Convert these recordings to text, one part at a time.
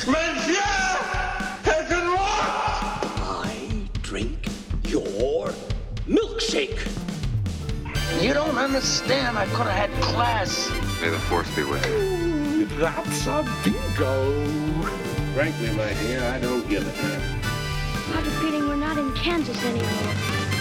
Monsieur has been lost! I drink your milkshake. You don't understand. I could have had class. May the force be with you. That's a bingo. Frankly, my dear, I don't give a damn. I have a feeling we're not in Kansas anymore.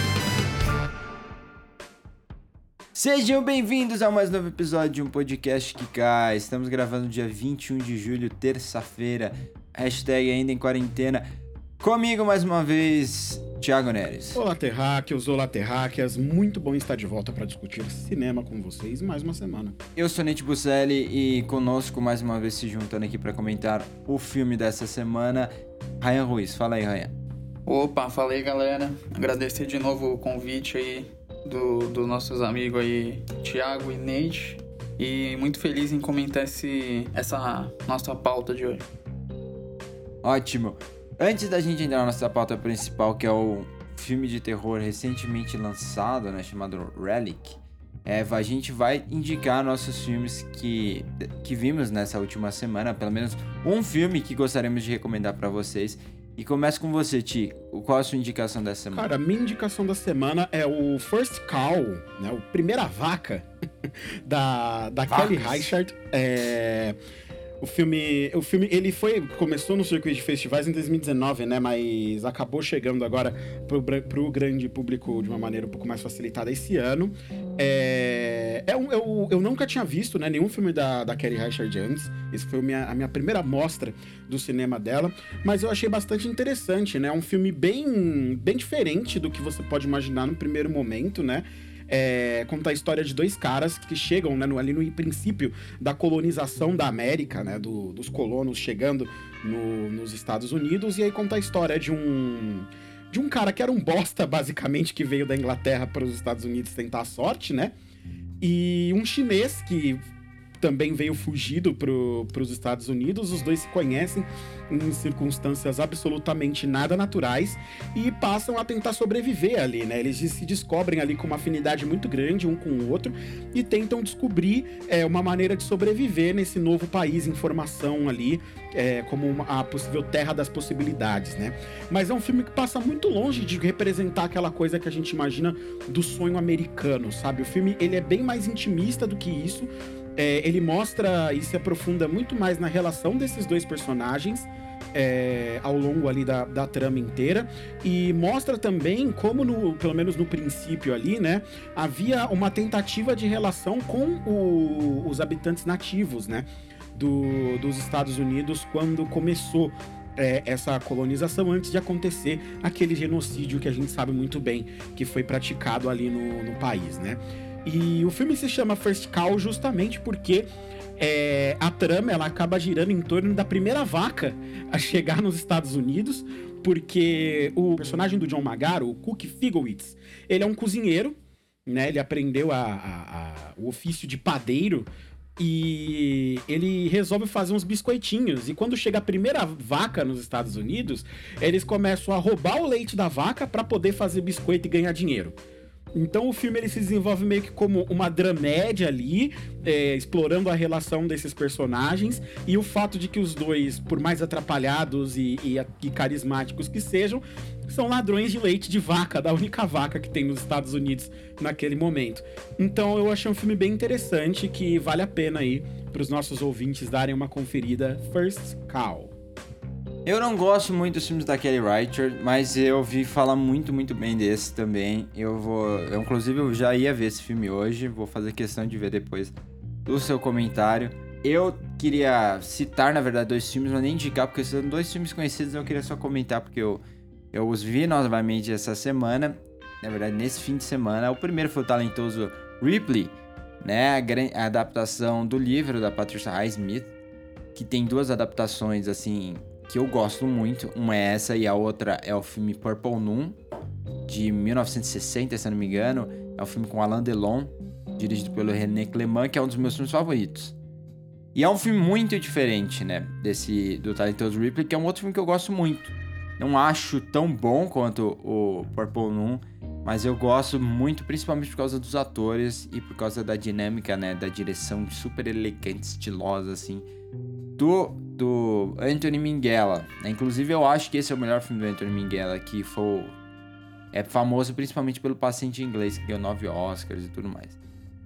Sejam bem-vindos a mais um novo episódio de um podcast que cai. Estamos gravando no dia 21 de julho, terça-feira. Hashtag ainda em quarentena. Comigo mais uma vez, Thiago Neres. Olá, terráqueos, olá, terráqueas. Muito bom estar de volta para discutir cinema com vocês mais uma semana. Eu sou Nate Bucelli e conosco mais uma vez se juntando aqui para comentar o filme dessa semana, Ryan Ruiz. Fala aí, Ryan. Opa, falei, galera. Agradecer de novo o convite aí dos nossos amigos aí, Thiago e Nate. E muito feliz em comentar essa nossa pauta de hoje. Ótimo. Antes da gente entrar na nossa pauta principal, que é o filme de terror recentemente lançado, né, chamado Relic, a gente vai indicar nossos filmes que vimos nessa última semana, pelo menos um filme que gostaríamos de recomendar para vocês. E começa com você, Ti. Qual a sua indicação dessa semana? Cara, minha indicação da semana é o First Cow, né? O Primeira Vaca, da Kelly Reichardt. O filme ele começou no circuito de festivais em 2019, né? Mas acabou chegando agora pro grande público de uma maneira um pouco mais facilitada esse ano. Eu nunca tinha visto, né, nenhum filme da Kelly Reichardt antes. Esse foi a minha primeira mostra do cinema dela. Mas eu achei bastante interessante, né? É um filme bem diferente do que você pode imaginar no primeiro momento, né? Conta a história de dois caras que chegam, né, ali no princípio da colonização da América, né, dos colonos chegando nos Estados Unidos, e aí conta a história de um cara que era um bosta, basicamente, que veio da Inglaterra para os Estados Unidos tentar a sorte, né, e um chinês que também veio fugido para os Estados Unidos. Os dois se conhecem em circunstâncias absolutamente nada naturais e passam a tentar sobreviver ali, né? Eles se descobrem ali com uma afinidade muito grande um com o outro e tentam descobrir uma maneira de sobreviver nesse novo país em formação ali, como a possível terra das possibilidades, né? Mas é um filme que passa muito longe de representar aquela coisa que a gente imagina do sonho americano, sabe? O filme, ele é bem mais intimista do que isso. Ele mostra e se aprofunda muito mais na relação desses dois personagens ao longo ali da trama inteira, e mostra também como, pelo menos no princípio ali, né, havia uma tentativa de relação com os habitantes nativos, né, dos Estados Unidos quando começou essa colonização, antes de acontecer aquele genocídio que a gente sabe muito bem que foi praticado ali no país, né. E o filme se chama First Cow justamente porque a trama ela acaba girando em torno da primeira vaca a chegar nos Estados Unidos, porque o personagem do John Magaro, o Cook Figowitz, ele é um cozinheiro, né? Ele aprendeu o ofício de padeiro e ele resolve fazer uns biscoitinhos. E quando chega a primeira vaca nos Estados Unidos, eles começam a roubar o leite da vaca para poder fazer biscoito e ganhar dinheiro. Então o filme ele se desenvolve meio que como uma dramédia ali, explorando a relação desses personagens e o fato de que os dois, por mais atrapalhados e carismáticos que sejam, são ladrões de leite de vaca, da única vaca que tem nos Estados Unidos naquele momento. Então eu achei um filme bem interessante, que vale a pena aí para os nossos ouvintes darem uma conferida. First Cow. Eu não gosto muito dos filmes da Kelly Reichardt, mas eu ouvi falar muito, muito bem desse também. Inclusive, eu já ia ver esse filme hoje, vou fazer questão de ver depois do seu comentário. Eu queria citar, na verdade, dois filmes, mas nem indicar, porque são dois filmes conhecidos, eu queria só comentar, porque eu os vi novamente essa semana, na verdade, nesse fim de semana. O primeiro foi o talentoso Ripley, né, a adaptação do livro da Patricia Highsmith, que tem duas adaptações, assim, que eu gosto muito. Uma é essa e a outra é o filme Purple Noon, de 1960, se eu não me engano. É um filme com Alain Delon, dirigido pelo René Clément, que é um dos meus filmes favoritos. E é um filme muito diferente, né, do talentoso Ripley, que é um outro filme que eu gosto muito. Não acho tão bom quanto o Purple Noon, mas eu gosto muito, principalmente por causa dos atores e por causa da dinâmica, né, da direção super elegante, estilosa, assim, do do Anthony Minghella, né? Inclusive eu acho que esse é o melhor filme do Anthony Minghella, que é famoso principalmente pelo Paciente Inglês, que ganhou 9 Oscars e tudo mais.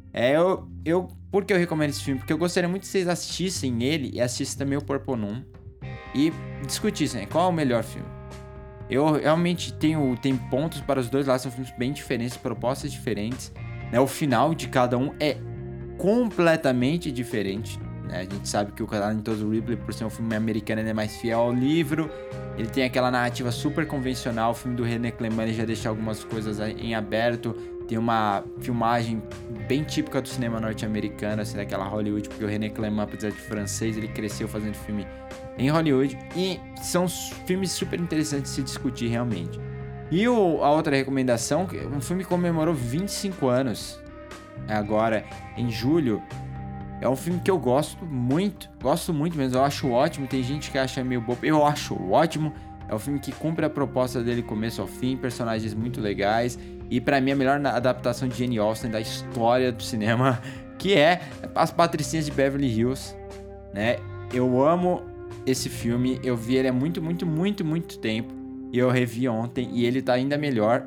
Por que eu recomendo esse filme? Porque eu gostaria muito que vocês assistissem ele e assistissem também o Purple Noon e discutissem qual é o melhor filme. Eu realmente tenho pontos para os dois lados, são filmes bem diferentes, propostas diferentes, né? O final de cada um é completamente diferente, né? A gente sabe que o Talentoso Ripley, por ser um filme americano, ele é mais fiel ao livro, ele tem aquela narrativa super convencional. O filme do René Clément, ele já deixa algumas coisas em aberto, tem uma filmagem bem típica do cinema norte-americano, assim, daquela Hollywood, porque o René Clément, apesar de francês, ele cresceu fazendo filme em Hollywood, e são filmes super interessantes de se discutir realmente. E a outra recomendação, um filme que comemorou 25 anos agora, em julho, é um filme que eu gosto muito mesmo, eu acho ótimo. Tem gente que acha meio bobo, eu acho ótimo. É um filme que cumpre a proposta dele começo ao fim, personagens muito legais, e pra mim a melhor adaptação de Jane Austen da história do cinema, que é As Patricinhas de Beverly Hills, né? Eu amo esse filme, eu vi ele há muito tempo, e eu revi ontem, e ele tá ainda melhor.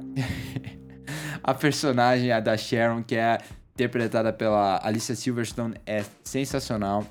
A personagem, a da Sharon, que é interpretada pela Alicia Silverstone, é sensacional.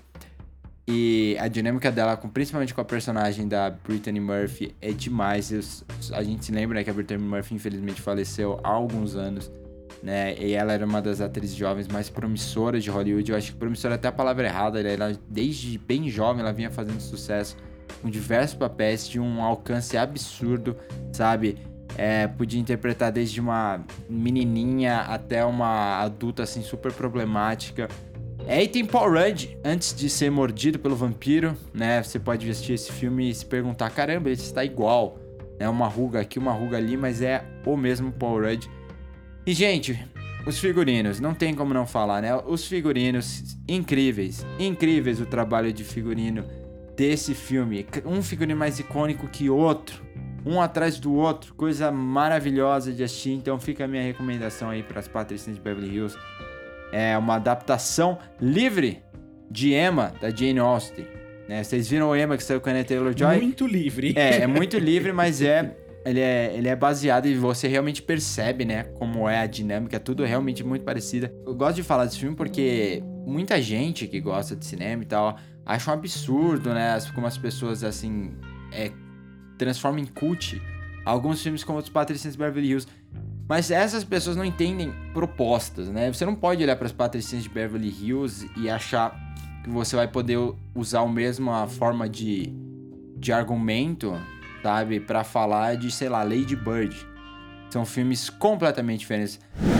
E a dinâmica dela, principalmente com a personagem da Brittany Murphy, é demais. A gente se lembra, né, que a Brittany Murphy infelizmente faleceu há alguns anos, né? E ela era uma das atrizes jovens mais promissoras de Hollywood. Eu acho que promissora é até a palavra errada. Ela, desde bem jovem, ela vinha fazendo sucesso com diversos papéis de um alcance absurdo, sabe? Podia interpretar desde uma menininha até uma adulta, assim, super problemática. E tem Paul Rudd, antes de ser mordido pelo vampiro, né? Você pode assistir esse filme e se perguntar, caramba, ele está igual, né? Uma ruga aqui, uma ruga ali, mas é o mesmo Paul Rudd. E, gente, os figurinos, não tem como não falar, né? Os figurinos, incríveis o trabalho de figurino desse filme. Um figurino mais icônico que outro, um atrás do outro, coisa maravilhosa de assistir. Então fica a minha recomendação aí para As Patricinhas de Beverly Hills. É uma adaptação livre de Emma, da Jane Austen, né? Vocês viram o Emma que saiu com a Anya Taylor-Joy? Muito livre. É muito livre, mas ele é baseado e você realmente percebe, né, como é a dinâmica, tudo é realmente muito parecida. Eu gosto de falar desse filme porque muita gente que gosta de cinema e tal acha um absurdo, né, como as pessoas, assim, transformam em cult alguns filmes como Os Patricinhas de Beverly Hills. Mas essas pessoas não entendem propostas, né? Você não pode olhar para As Patricinhas de Beverly Hills e achar que você vai poder usar a mesma forma de argumento, sabe? Para falar de, sei lá, Lady Bird. São filmes completamente diferentes.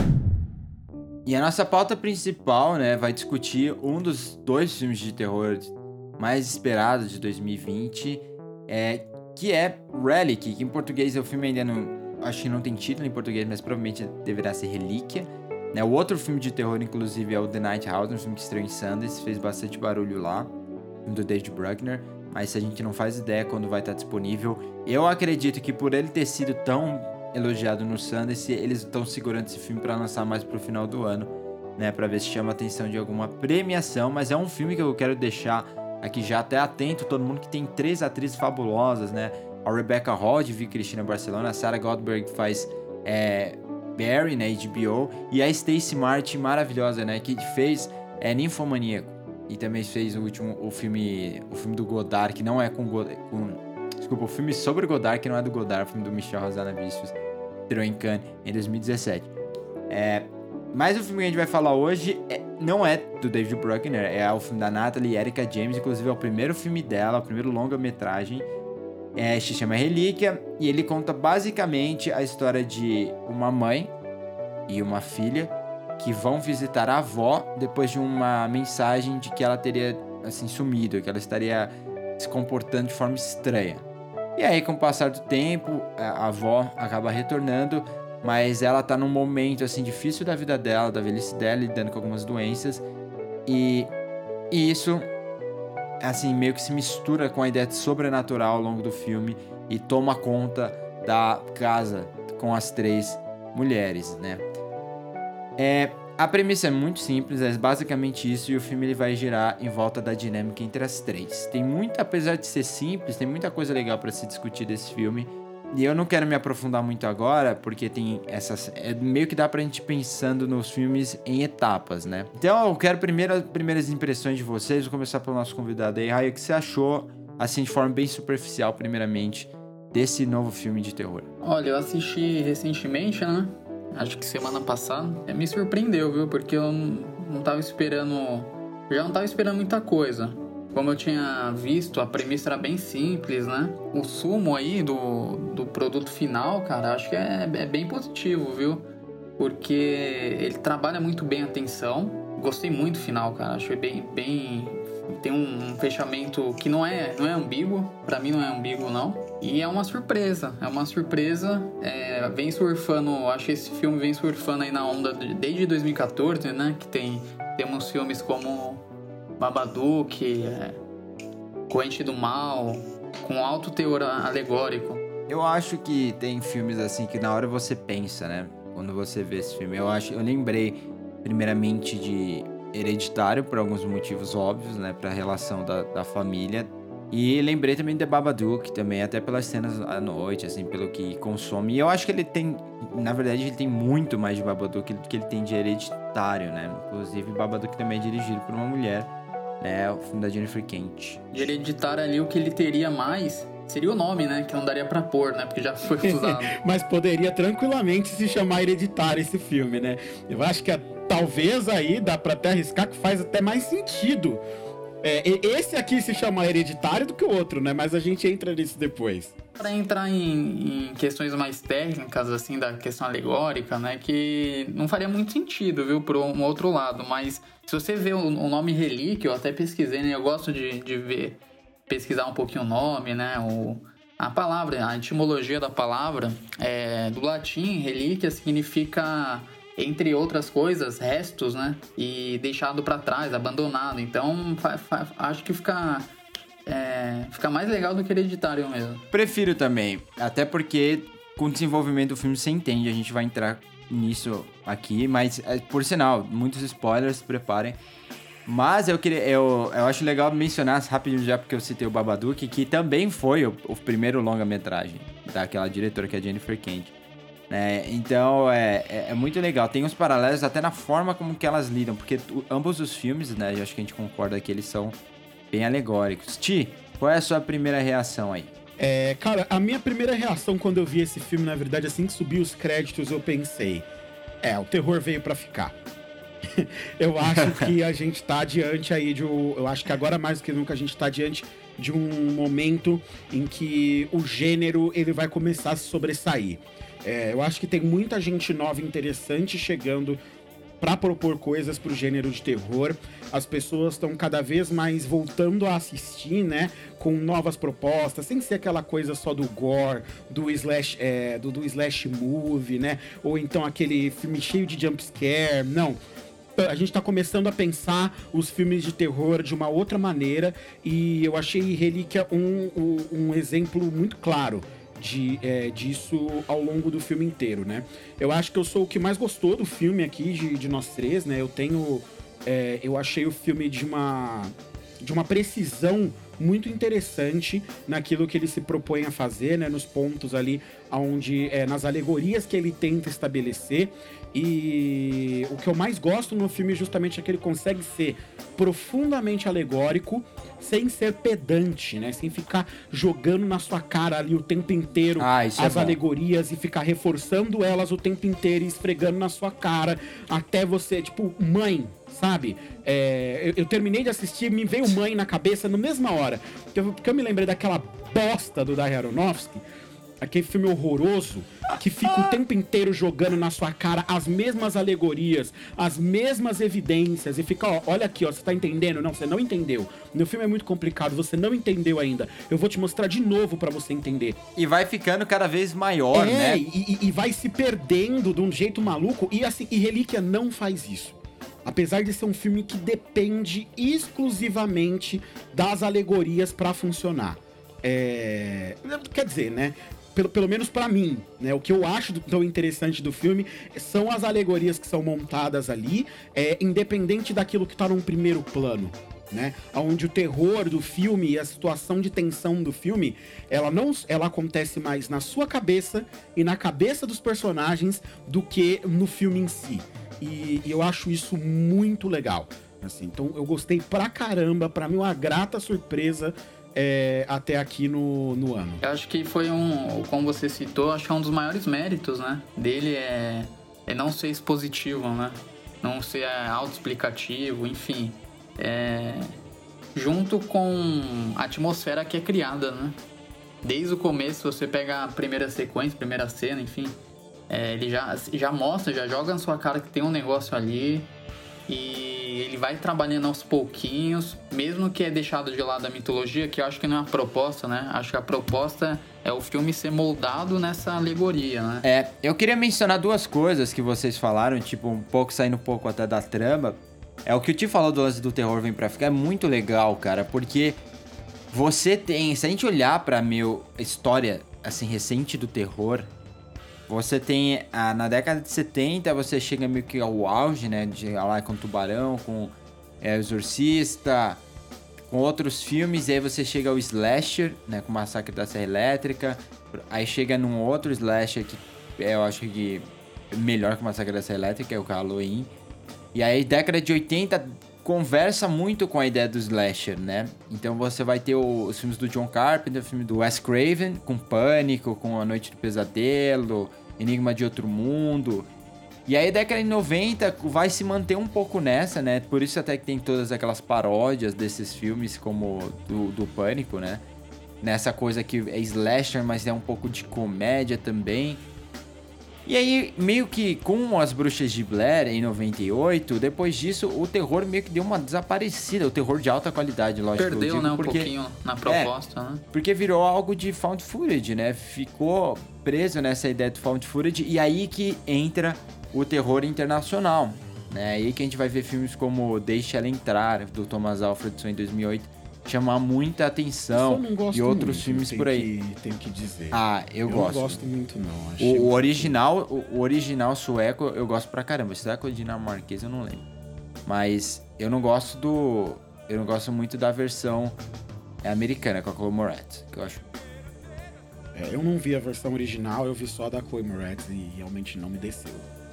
E a nossa pauta principal, né, vai discutir um dos 2 filmes de terror mais esperados de 2020, que é Relic, que em português o filme ainda não... Acho que não tem título em português, mas provavelmente deverá ser Relíquia, né? O outro filme de terror, inclusive, é o The Night House, um filme que estreou em Sundance, fez bastante barulho lá, filme do David Bruckner, mas a gente não faz ideia quando vai estar disponível. Eu acredito que por ele ter sido tão elogiado no Sundance, eles estão segurando esse filme para lançar mais pro final do ano, né? Para ver se chama a atenção de alguma premiação, mas é um filme que eu quero deixar aqui já até atento, todo mundo, que tem 3 atrizes fabulosas, né? A Rebecca Hall, de Vi Cristina Barcelona, a Sarah Goldberg faz Barry, na HBO, e a Stacey Martin, maravilhosa, né, que fez Ninfomaníaco, e também fez o filme do Godard, que não é desculpa, o filme sobre Godard, que não é do Godard, o filme do Michel Hazanavicius, estreou em Cannes em 2017. Mas o filme que a gente vai falar hoje não é do David Bruckner, é o filme da Natalie Erika James, inclusive é o primeiro filme dela, o primeiro longa-metragem. Se chama Relíquia, e ele conta basicamente a história de uma mãe e uma filha que vão visitar a avó depois de uma mensagem de que ela teria, assim, sumido, que ela estaria se comportando de forma estranha. E aí, com o passar do tempo, a avó acaba retornando, mas ela tá num momento, assim, difícil da vida dela, da velhice dela, lidando com algumas doenças, e isso, assim, meio que se mistura com a ideia de sobrenatural ao longo do filme e toma conta da casa com as 3 mulheres, né? A premissa é muito simples, é basicamente isso, e o filme ele vai girar em volta da dinâmica entre as três. Tem muita, apesar de ser simples, tem muita coisa legal pra se discutir desse filme. E eu não quero me aprofundar muito agora, porque tem essas... meio que dá pra gente ir pensando nos filmes em etapas, né? Então eu quero primeiras impressões de vocês. Vou começar pelo nosso convidado aí. Raio, o que você achou, assim, de forma bem superficial, primeiramente, desse novo filme de terror? Olha, eu assisti recentemente, né? Acho que semana passada. Me surpreendeu, viu? Porque eu não tava esperando... Eu já não tava esperando muita coisa. Como eu tinha visto, a premissa era bem simples, né? O sumo aí do produto final, cara, acho que é bem positivo, viu? Porque ele trabalha muito bem a tensão. Gostei muito do final, cara. Achei bem... Tem um fechamento que não é ambíguo. Pra mim não é ambíguo, não. E é uma surpresa. Vem surfando... Acho que esse filme vem surfando aí na onda desde 2014, né? Que temos filmes como Babadook, Corrente do Mal, com alto teor alegórico. Eu acho que tem filmes assim que na hora você pensa, né? Quando você vê esse filme. Eu lembrei primeiramente de Hereditário, por alguns motivos óbvios, né? Pra relação da família. E lembrei também de Babadook, também, até pelas cenas à noite, assim, pelo que consome. E eu acho que ele tem... Na verdade, ele tem muito mais de Babadook do que ele tem de Hereditário, né? Inclusive, Babadook também é dirigido por uma mulher, né? O filme da Jennifer Kent. De Hereditário ali, o que ele teria mais seria o nome, né? Que não daria pra pôr, né? Porque já foi usado. Mas poderia tranquilamente se chamar Hereditário esse filme, né? Eu acho que talvez aí dá pra até arriscar que faz até mais sentido. Esse aqui se chama Hereditário do que o outro, né? Mas a gente entra nisso depois. Para entrar em questões mais técnicas, assim, da questão alegórica, né? Que não faria muito sentido, viu? Por um outro lado. Mas se você vê o nome relíquia, eu até pesquisei, né? Eu gosto de pesquisar um pouquinho o nome, né? A palavra, a etimologia da palavra, do latim, relíquia significa... entre outras coisas, restos, né? E deixado pra trás, abandonado. Então, acho que fica mais legal do que Hereditário mesmo. Prefiro também, até porque com o desenvolvimento do filme você entende, a gente vai entrar nisso aqui, mas, por sinal, muitos spoilers, se preparem. Mas eu acho legal mencionar rapidinho já, porque eu citei o Babadook, que também foi o primeiro longa-metragem daquela diretora que é a Jennifer Kent. Então é muito legal. Tem uns paralelos até na forma como que elas lidam, porque ambos os filmes, né, eu acho que a gente concorda que eles são bem alegóricos. Ti, qual é a sua primeira reação aí? Cara, a minha primeira reação quando eu vi esse filme, na verdade, assim que subiu os créditos, eu pensei, o terror veio pra ficar. Eu acho que a gente tá diante aí eu acho que agora mais do que nunca a gente tá diante de um momento em que o gênero ele vai começar a se sobressair. Eu acho que tem muita gente nova e interessante chegando para propor coisas pro gênero de terror. As pessoas estão cada vez mais voltando a assistir, né? Com novas propostas, sem ser aquela coisa só do gore, do slash movie, né? Ou então aquele filme cheio de jumpscare. Não. A gente tá começando a pensar os filmes de terror de uma outra maneira. E eu achei Relíquia um exemplo muito claro disso ao longo do filme inteiro, né? Eu acho que eu sou o que mais gostou do filme aqui, de nós três, né? Eu achei o filme de uma precisão muito interessante naquilo que ele se propõe a fazer, né? Nos pontos ali onde, nas alegorias que ele tenta estabelecer. E o que eu mais gosto no filme justamente é que ele consegue ser profundamente alegórico sem ser pedante, né? Sem ficar jogando na sua cara ali o tempo inteiro as alegorias e ficar reforçando elas o tempo inteiro e esfregando na sua cara até você, tipo, Mãe, sabe? Eu terminei de assistir, me veio Mãe na cabeça na mesma hora, porque eu me lembrei daquela bosta do Darren Aronofsky, aquele filme horroroso que fica o tempo inteiro jogando na sua cara as mesmas alegorias, as mesmas evidências e fica, olha aqui, você tá entendendo? Não, você não entendeu. Meu filme é muito complicado, você não entendeu ainda. Eu vou te mostrar de novo pra você entender. E vai ficando cada vez maior, né? E vai se perdendo de um jeito maluco. E assim, Relíquia não faz isso. Apesar de ser um filme que depende exclusivamente das alegorias pra funcionar. Quer dizer, né? pelo menos pra mim, né? O que eu acho tão interessante do filme são as alegorias que são montadas ali, independente daquilo que tá num primeiro plano, né? Onde o terror do filme e a situação de tensão do filme, ela acontece mais na sua cabeça e na cabeça dos personagens do que no filme em si. E eu acho isso muito legal, assim. Então eu gostei pra caramba, pra mim uma grata surpresa até aqui no ano. Eu acho que foi como você citou, acho que é um dos maiores méritos, né, dele é não ser expositivo, né, não ser autoexplicativo, enfim, junto com a atmosfera que é criada, né, desde o começo, você pega a primeira sequência, primeira cena, enfim, ele já mostra, já joga na sua cara que tem um negócio ali. E ele vai trabalhando aos pouquinhos, mesmo que é deixado de lado a mitologia, que eu acho que não é a proposta, né? Acho que a proposta é o filme ser moldado nessa alegoria, né? Eu queria mencionar duas coisas que vocês falaram, tipo, saindo um pouco até da trama. O que o Ti falou do lance do terror vem pra ficar, é muito legal, cara, porque você tem, se a gente olhar pra história, assim, recente do terror, você tem, na década de 70, você chega meio que ao auge, né, de lá com Tubarão, com Exorcista, com outros filmes, e aí você chega ao slasher, né, com o Massacre da Serra Elétrica, aí chega num outro slasher que eu acho que é melhor que o Massacre da Serra Elétrica, que é o Halloween, e aí década de 80 conversa muito com a ideia do slasher, né, então você vai ter os filmes do John Carpenter, o filme do Wes Craven, com Pânico, com A Noite do Pesadelo, Enigma de Outro Mundo. E aí, década de 90 vai se manter um pouco nessa, né? Por isso até que tem todas aquelas paródias desses filmes, como do Pânico, né? Nessa coisa que é slasher, mas é um pouco de comédia também. E aí, meio que com As Bruxas de Blair, em 98, depois disso, o terror meio que deu uma desaparecida. O terror de alta qualidade, lógico. Perdeu, né, um pouquinho na proposta, né? Porque virou algo de found footage, né? Ficou preso nessa ideia de found footage. E aí que entra o terror internacional, né? Aí que a gente vai ver filmes como Deixe Ela Entrar, do Thomas Alfredson, em 2008. Chamar muita atenção. E outros muito, filmes por aí. Tenho que dizer. Eu gosto. Não gosto muito, não. O original sueco eu gosto pra caramba. O sueco dinamarquês eu não lembro. Mas eu não gosto muito da versão americana com a Chloe Moretz, que eu acho. Eu não vi a versão original, eu vi só a da Chloe Moretz e realmente não me desceu.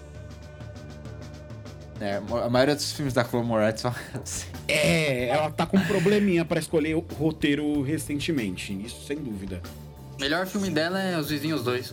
A maioria dos filmes da Chloe Moretz são assim. Ela tá com um probleminha pra escolher o roteiro recentemente, isso sem dúvida. Melhor filme dela é Os Vizinhos 2.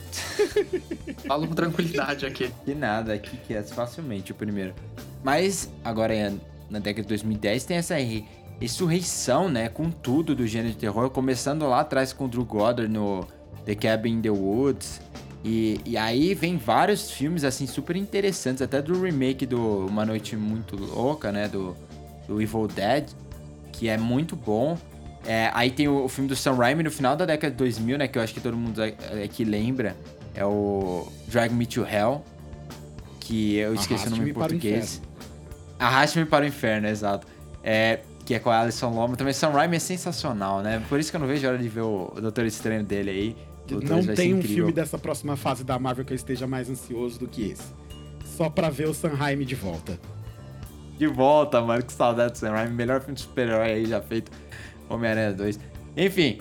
Falo com tranquilidade aqui. Que nada, aqui que é facilmente o primeiro. Mas agora na década de 2010 tem essa ressurreição, né, com tudo do gênero de terror, começando lá atrás com o Drew Goddard no The Cabin in the Woods. E aí vem vários filmes, assim, super interessantes, até do remake do Uma Noite Muito Louca, né, do Evil Dead, que é muito bom. Aí tem o filme do Sam Raimi no final da década de 2000, né, que eu acho que todo mundo aqui lembra, é o Drag Me to Hell, que eu esqueci o nome em português. Arraste-me para o Inferno, exato. Que é com a Alison Loma. Também Sam Raimi é sensacional, né, por isso que eu não vejo a hora de ver o Doutor Estranho dele aí. Não tem um filme dessa próxima fase da Marvel que eu esteja mais ansioso do que esse. Só pra ver o Sam Raimi de volta. De volta, mano. Que saudade do Sam Raimi. Melhor filme de super-herói aí já feito. Homem-Aranha 2. Enfim.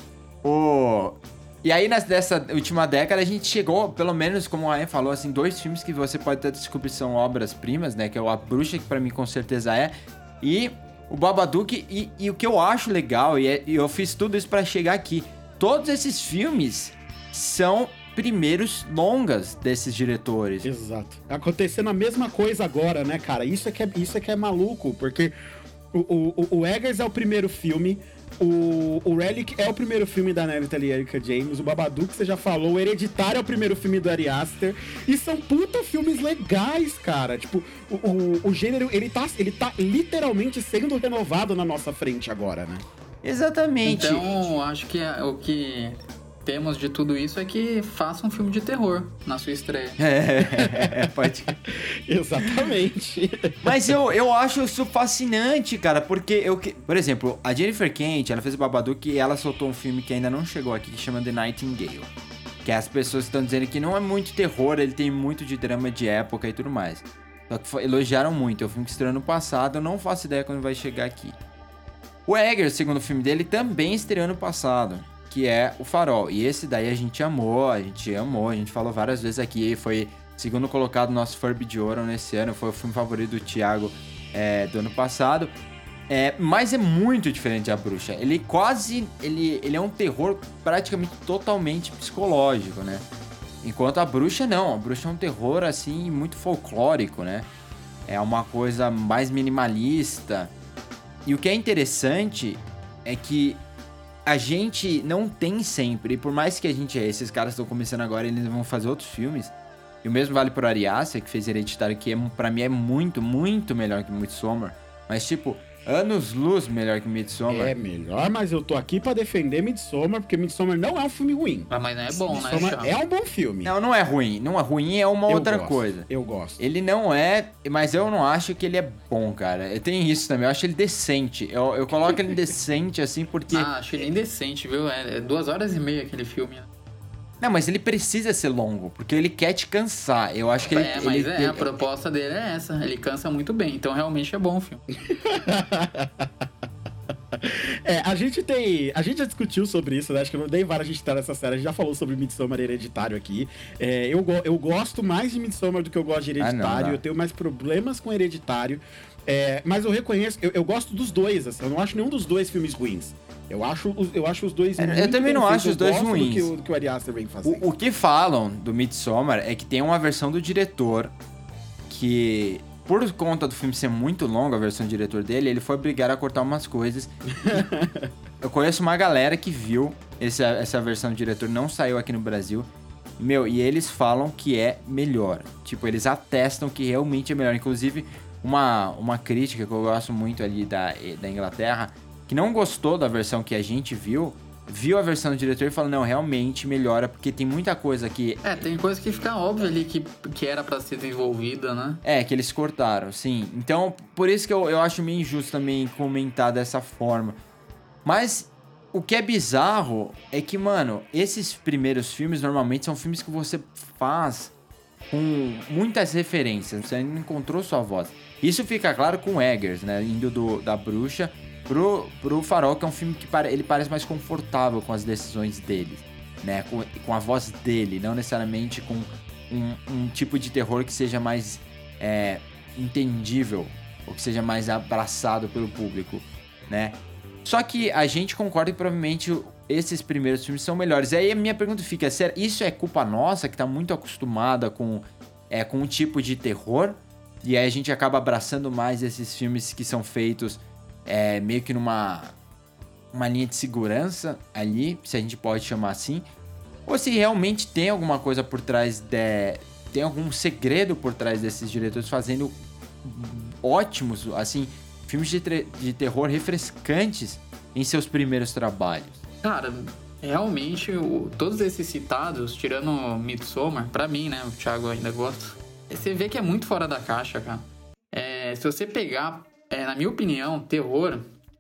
E aí, nessa última década, a gente chegou, pelo menos, como a Ian falou, assim, 2 filmes que você pode ter descobrir são obras-primas, né? Que é o A Bruxa, que pra mim com certeza é. E o Babadook. E o que eu acho legal, e eu fiz tudo isso pra chegar aqui. Todos esses filmes são primeiros longas desses diretores. Exato. Acontecendo a mesma coisa agora, né, cara? Isso é que é maluco, porque o Eggers é o primeiro filme, o Relic é o primeiro filme da Natalie Erika James, o Babadook, você já falou, o Hereditário é o primeiro filme do Ari Aster, e são puta filmes legais, cara. Tipo, o gênero, ele tá literalmente sendo renovado na nossa frente agora, né? Exatamente. Então, acho que o que temos de tudo isso é que faça um filme de terror na sua estreia. Pode. Exatamente. Mas eu acho isso fascinante, cara, porque por exemplo, a Jennifer Kent, ela fez o Babadook e ela soltou um filme que ainda não chegou aqui, que chama The Nightingale. Que as pessoas estão dizendo que não é muito terror, ele tem muito de drama de época e tudo mais. Só que elogiaram muito, é um filme que estreou ano passado, eu não faço ideia quando vai chegar aqui. O Eggers, segundo filme dele, também estreou ano passado, que é O Farol. E esse daí a gente amou, a gente falou várias vezes aqui, foi segundo colocado no nosso Furby de Ouro nesse ano, foi o filme favorito do Thiago do ano passado. Mas é muito diferente da Bruxa. Ele é um terror praticamente totalmente psicológico, né? Enquanto a Bruxa não, a Bruxa é um terror assim muito folclórico, né? É uma coisa mais minimalista. E o que é interessante é que a gente não tem sempre, por mais que esses caras estão começando agora, eles vão fazer outros filmes. E o mesmo vale pro Ari Aster, que fez Hereditário, que pra mim é muito, muito melhor que Midsommar. Mas tipo, anos-luz melhor que Midsommar. É melhor, mas eu tô aqui pra defender Midsommar, porque Midsommar não é um filme ruim. Mas não é bom, Midsommar né? É um bom filme. Não é ruim. Não é ruim, é uma outra coisa. Eu gosto. Ele não é, mas eu não acho que ele é bom, cara. Tem isso também, eu acho ele decente. Eu coloco ele decente, assim, porque... acho ele indecente, viu? É 2h30 aquele filme. Não, mas ele precisa ser longo, porque ele quer te cansar. Eu acho que ele... A proposta dele é essa. Ele cansa muito bem, então realmente é bom o filme. A gente já discutiu sobre isso, né? Acho que não dei vara a gente estar nessa série. A gente já falou sobre Midsommar Hereditário aqui. Eu gosto mais de Midsommar do que eu gosto de Hereditário. Eu tenho mais problemas com Hereditário. Mas eu reconheço, eu gosto dos dois, assim. Eu não acho nenhum dos dois filmes ruins. Eu acho os dois muito eu também não acho os dois ruins. Do que o Ari Aster vem fazendo. O que falam do Midsommar é que tem uma versão do diretor que, por conta do filme ser muito longo, a versão do diretor dele, ele foi obrigado a cortar umas coisas. Eu conheço uma galera que viu essa versão do diretor, não saiu aqui no Brasil. E eles falam que é melhor. Tipo, eles atestam que realmente é melhor. Inclusive, uma crítica que eu gosto muito ali da Inglaterra, que não gostou da versão que a gente viu a versão do diretor e falou, não, realmente melhora, porque tem muita coisa que... tem coisa que fica óbvio ali que era pra ser desenvolvida, né? Que eles cortaram, sim. Então, por isso que eu acho meio injusto também comentar dessa forma. Mas o que é bizarro é que, mano, esses primeiros filmes normalmente são filmes que você faz com muitas referências, você ainda encontrou sua voz. Isso fica claro com Eggers, né? Indo da Bruxa pro Farol, que é um filme que ele parece mais confortável com as decisões dele, né? Com a voz dele, não necessariamente com um tipo de terror que seja mais entendível, ou que seja mais abraçado pelo público, né? Só que a gente concorda que provavelmente esses primeiros filmes são melhores. Aí a minha pergunta fica, isso é culpa nossa, que tá muito acostumada com um tipo de terror, e aí a gente acaba abraçando mais esses filmes que são feitos meio que numa linha de segurança ali, se a gente pode chamar assim, ou se realmente tem alguma coisa por trás tem algum segredo por trás desses diretores fazendo ótimos, assim, filmes de terror refrescantes em seus primeiros trabalhos. Cara, realmente, todos esses citados, tirando Midsommar, pra mim, né, o Thiago ainda gosta, você vê que é muito fora da caixa, cara. Se você pegar, na minha opinião, terror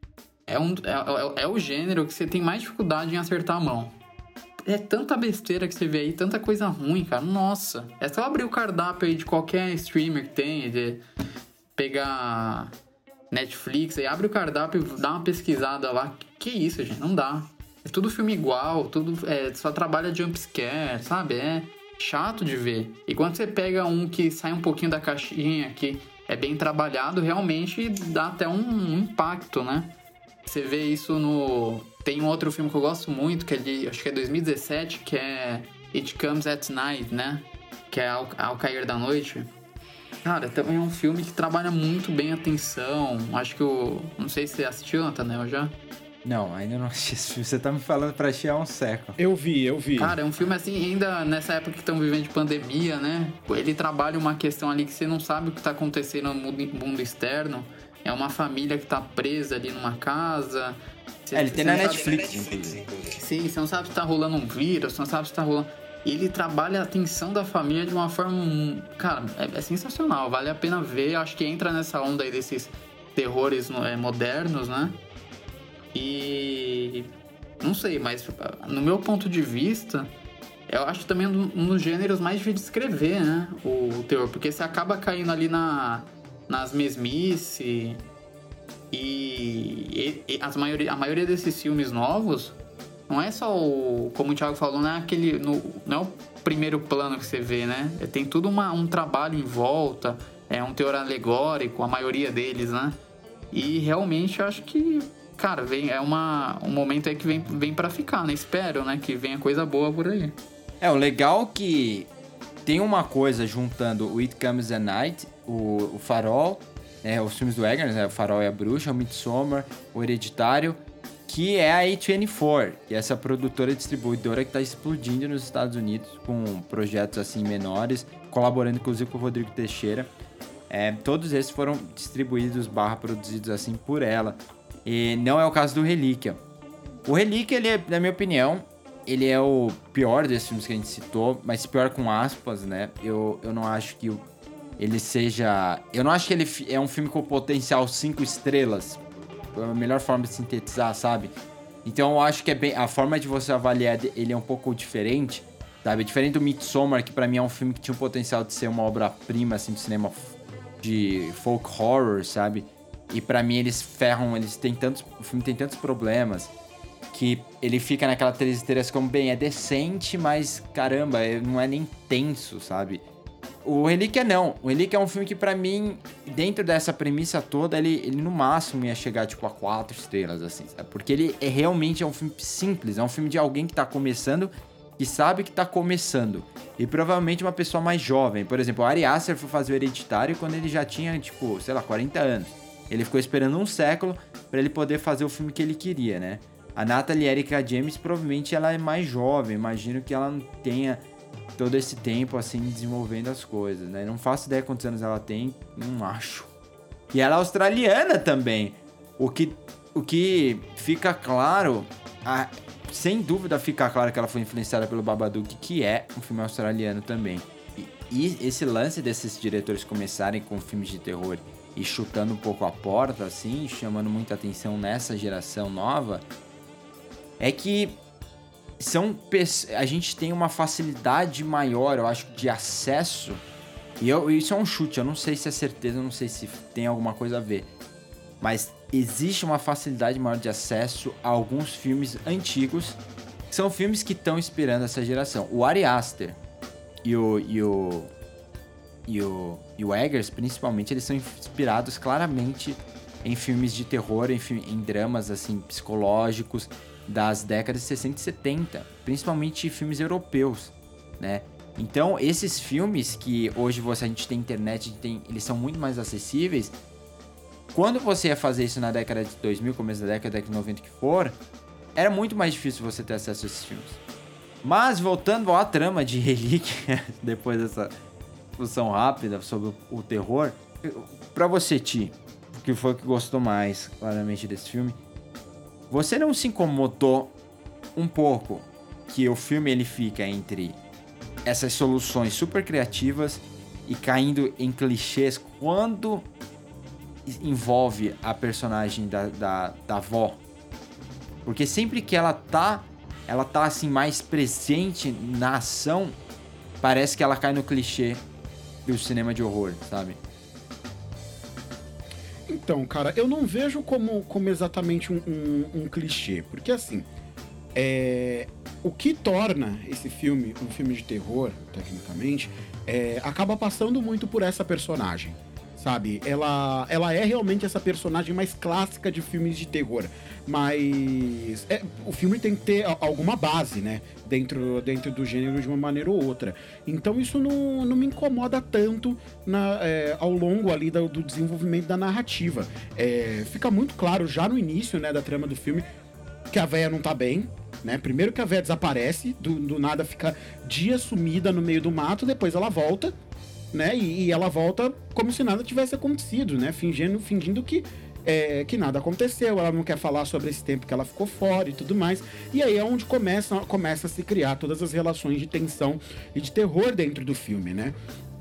é o gênero que você tem mais dificuldade em acertar a mão. É tanta besteira que você vê aí, tanta coisa ruim, cara. Nossa, é só abrir o cardápio aí de qualquer streamer que tem, de pegar Netflix, aí abre o cardápio e dá uma pesquisada lá. Que isso, gente? Não dá. É tudo filme igual, tudo só trabalha jumpscare, sabe? É chato de ver. E quando você pega um que sai um pouquinho da caixinha, que é bem trabalhado, realmente dá até um impacto, né? Você vê isso Tem um outro filme que eu gosto muito, que acho que é 2017, que é It Comes at Night, né? Que é Ao Cair da Noite. Cara, também é um filme que trabalha muito bem a tensão. Acho que não sei se você assistiu, Nathaniel, já? Não, ainda não assisti esse filme. Você tá me falando pra assistir há um século. Eu vi. Cara, é um filme assim, ainda nessa época que estão vivendo de pandemia, né? Ele trabalha uma questão ali que você não sabe o que tá acontecendo no mundo externo. É uma família que tá presa ali numa casa. Ele tem na Netflix, inclusive. Sim, você não sabe se tá rolando um vírus, você não sabe se tá rolando... E ele trabalha a tensão da família de uma forma... Cara, é sensacional, vale a pena ver. Acho que entra nessa onda aí desses terrores modernos, né? E... Não sei, mas no meu ponto de vista, eu acho também um dos gêneros mais difíceis de escrever, né? O terror, porque você acaba caindo ali nas mesmices e a maioria desses filmes novos não é só como o Thiago falou, não é o primeiro plano que você vê, né? Tem tudo um trabalho em volta, é um teor alegórico, a maioria deles, né? E realmente eu acho que, cara, um momento aí que vem pra ficar, né? Espero, né? Que venha coisa boa por aí. O legal que tem uma coisa juntando o It Comes at Night, o Farol, os filmes do Eggers, né? O Farol e a Bruxa, o Midsommar, o Hereditário, que é a A24, que é essa produtora distribuidora que tá explodindo nos Estados Unidos com projetos assim menores, colaborando inclusive com o Rodrigo Teixeira. Todos esses foram distribuídos / produzidos assim por ela. E não é o caso do Relíquia. O Relíquia, ele é, na minha opinião, ele é o pior desses filmes que a gente citou, mas pior com aspas, né? Eu não acho que ele seja... Eu não acho que ele é um filme com potencial 5 estrelas. A melhor forma de sintetizar, sabe? Então eu acho que a forma de você avaliar ele é um pouco diferente, sabe? Diferente do Midsommar, que pra mim é um filme que tinha o potencial de ser uma obra-prima, assim, do cinema de folk horror, sabe? E pra mim eles ferram, o filme tem tantos problemas que ele fica naquela 3 estrelas como, bem, é decente, mas caramba, não é nem tenso, sabe? O Relíquia não. O Relíquia é um filme que pra mim, dentro dessa premissa toda, ele no máximo ia chegar tipo a 4 estrelas, assim, sabe? Porque ele realmente é um filme simples, é um filme de alguém que tá começando e sabe que tá começando. E provavelmente uma pessoa mais jovem. Por exemplo, o Ari Aster foi fazer o Hereditário quando ele já tinha, tipo, sei lá, 40 anos. Ele ficou esperando um século pra ele poder fazer o filme que ele queria, né? A Natalie Erica James, provavelmente ela é mais jovem. Imagino que ela não tenha todo esse tempo, assim, desenvolvendo as coisas, né? Não faço ideia quantos anos ela tem, não acho. E ela é australiana também. O que fica claro... sem dúvida fica claro que ela foi influenciada pelo Babadook, que é um filme australiano também. E esse lance desses diretores começarem com filmes de terror e chutando um pouco a porta, assim, chamando muita atenção nessa geração nova, é que a gente tem uma facilidade maior, eu acho, de acesso. E isso é um chute, eu não sei se é certeza, eu não sei se tem alguma coisa a ver. Mas existe uma facilidade maior de acesso a alguns filmes antigos, que são filmes que estão inspirando essa geração. O Ari Aster e o Eggers, principalmente, eles são inspirados claramente em filmes de terror, em dramas assim psicológicos das décadas de 60 e 70, principalmente filmes europeus, né? Então, esses filmes que hoje a gente tem internet, eles são muito mais acessíveis. Quando você ia fazer isso na década de 2000, começo da década de 90 que for, era muito mais difícil você ter acesso a esses filmes. Mas, voltando à trama de Relíquia, depois dessa discussão rápida sobre o terror, pra você, Ti, que foi o que gostou mais, claramente, desse filme, você não se incomodou um pouco que o filme ele fica entre essas soluções super criativas e caindo em clichês quando envolve a personagem da avó? Porque sempre que ela tá assim mais presente na ação, parece que ela cai no clichê do cinema de horror, sabe? Então, cara, eu não vejo como exatamente um clichê, porque assim, o que torna esse filme um filme de terror, tecnicamente, acaba passando muito por essa personagem, sabe? Ela é realmente essa personagem mais clássica de filmes de terror, mas o filme tem que ter alguma base, né? Dentro do gênero de uma maneira ou outra. Então isso não me incomoda tanto ao longo ali do desenvolvimento da narrativa. Fica muito claro já no início, né, da trama do filme que a véia não tá bem, né? Primeiro que a véia desaparece, do nada fica dias sumida no meio do mato, depois ela volta, né? E ela volta como se nada tivesse acontecido, né? Fingindo que nada aconteceu, ela não quer falar sobre esse tempo que ela ficou fora e tudo mais. E aí é onde começa a se criar todas as relações de tensão e de terror dentro do filme, né?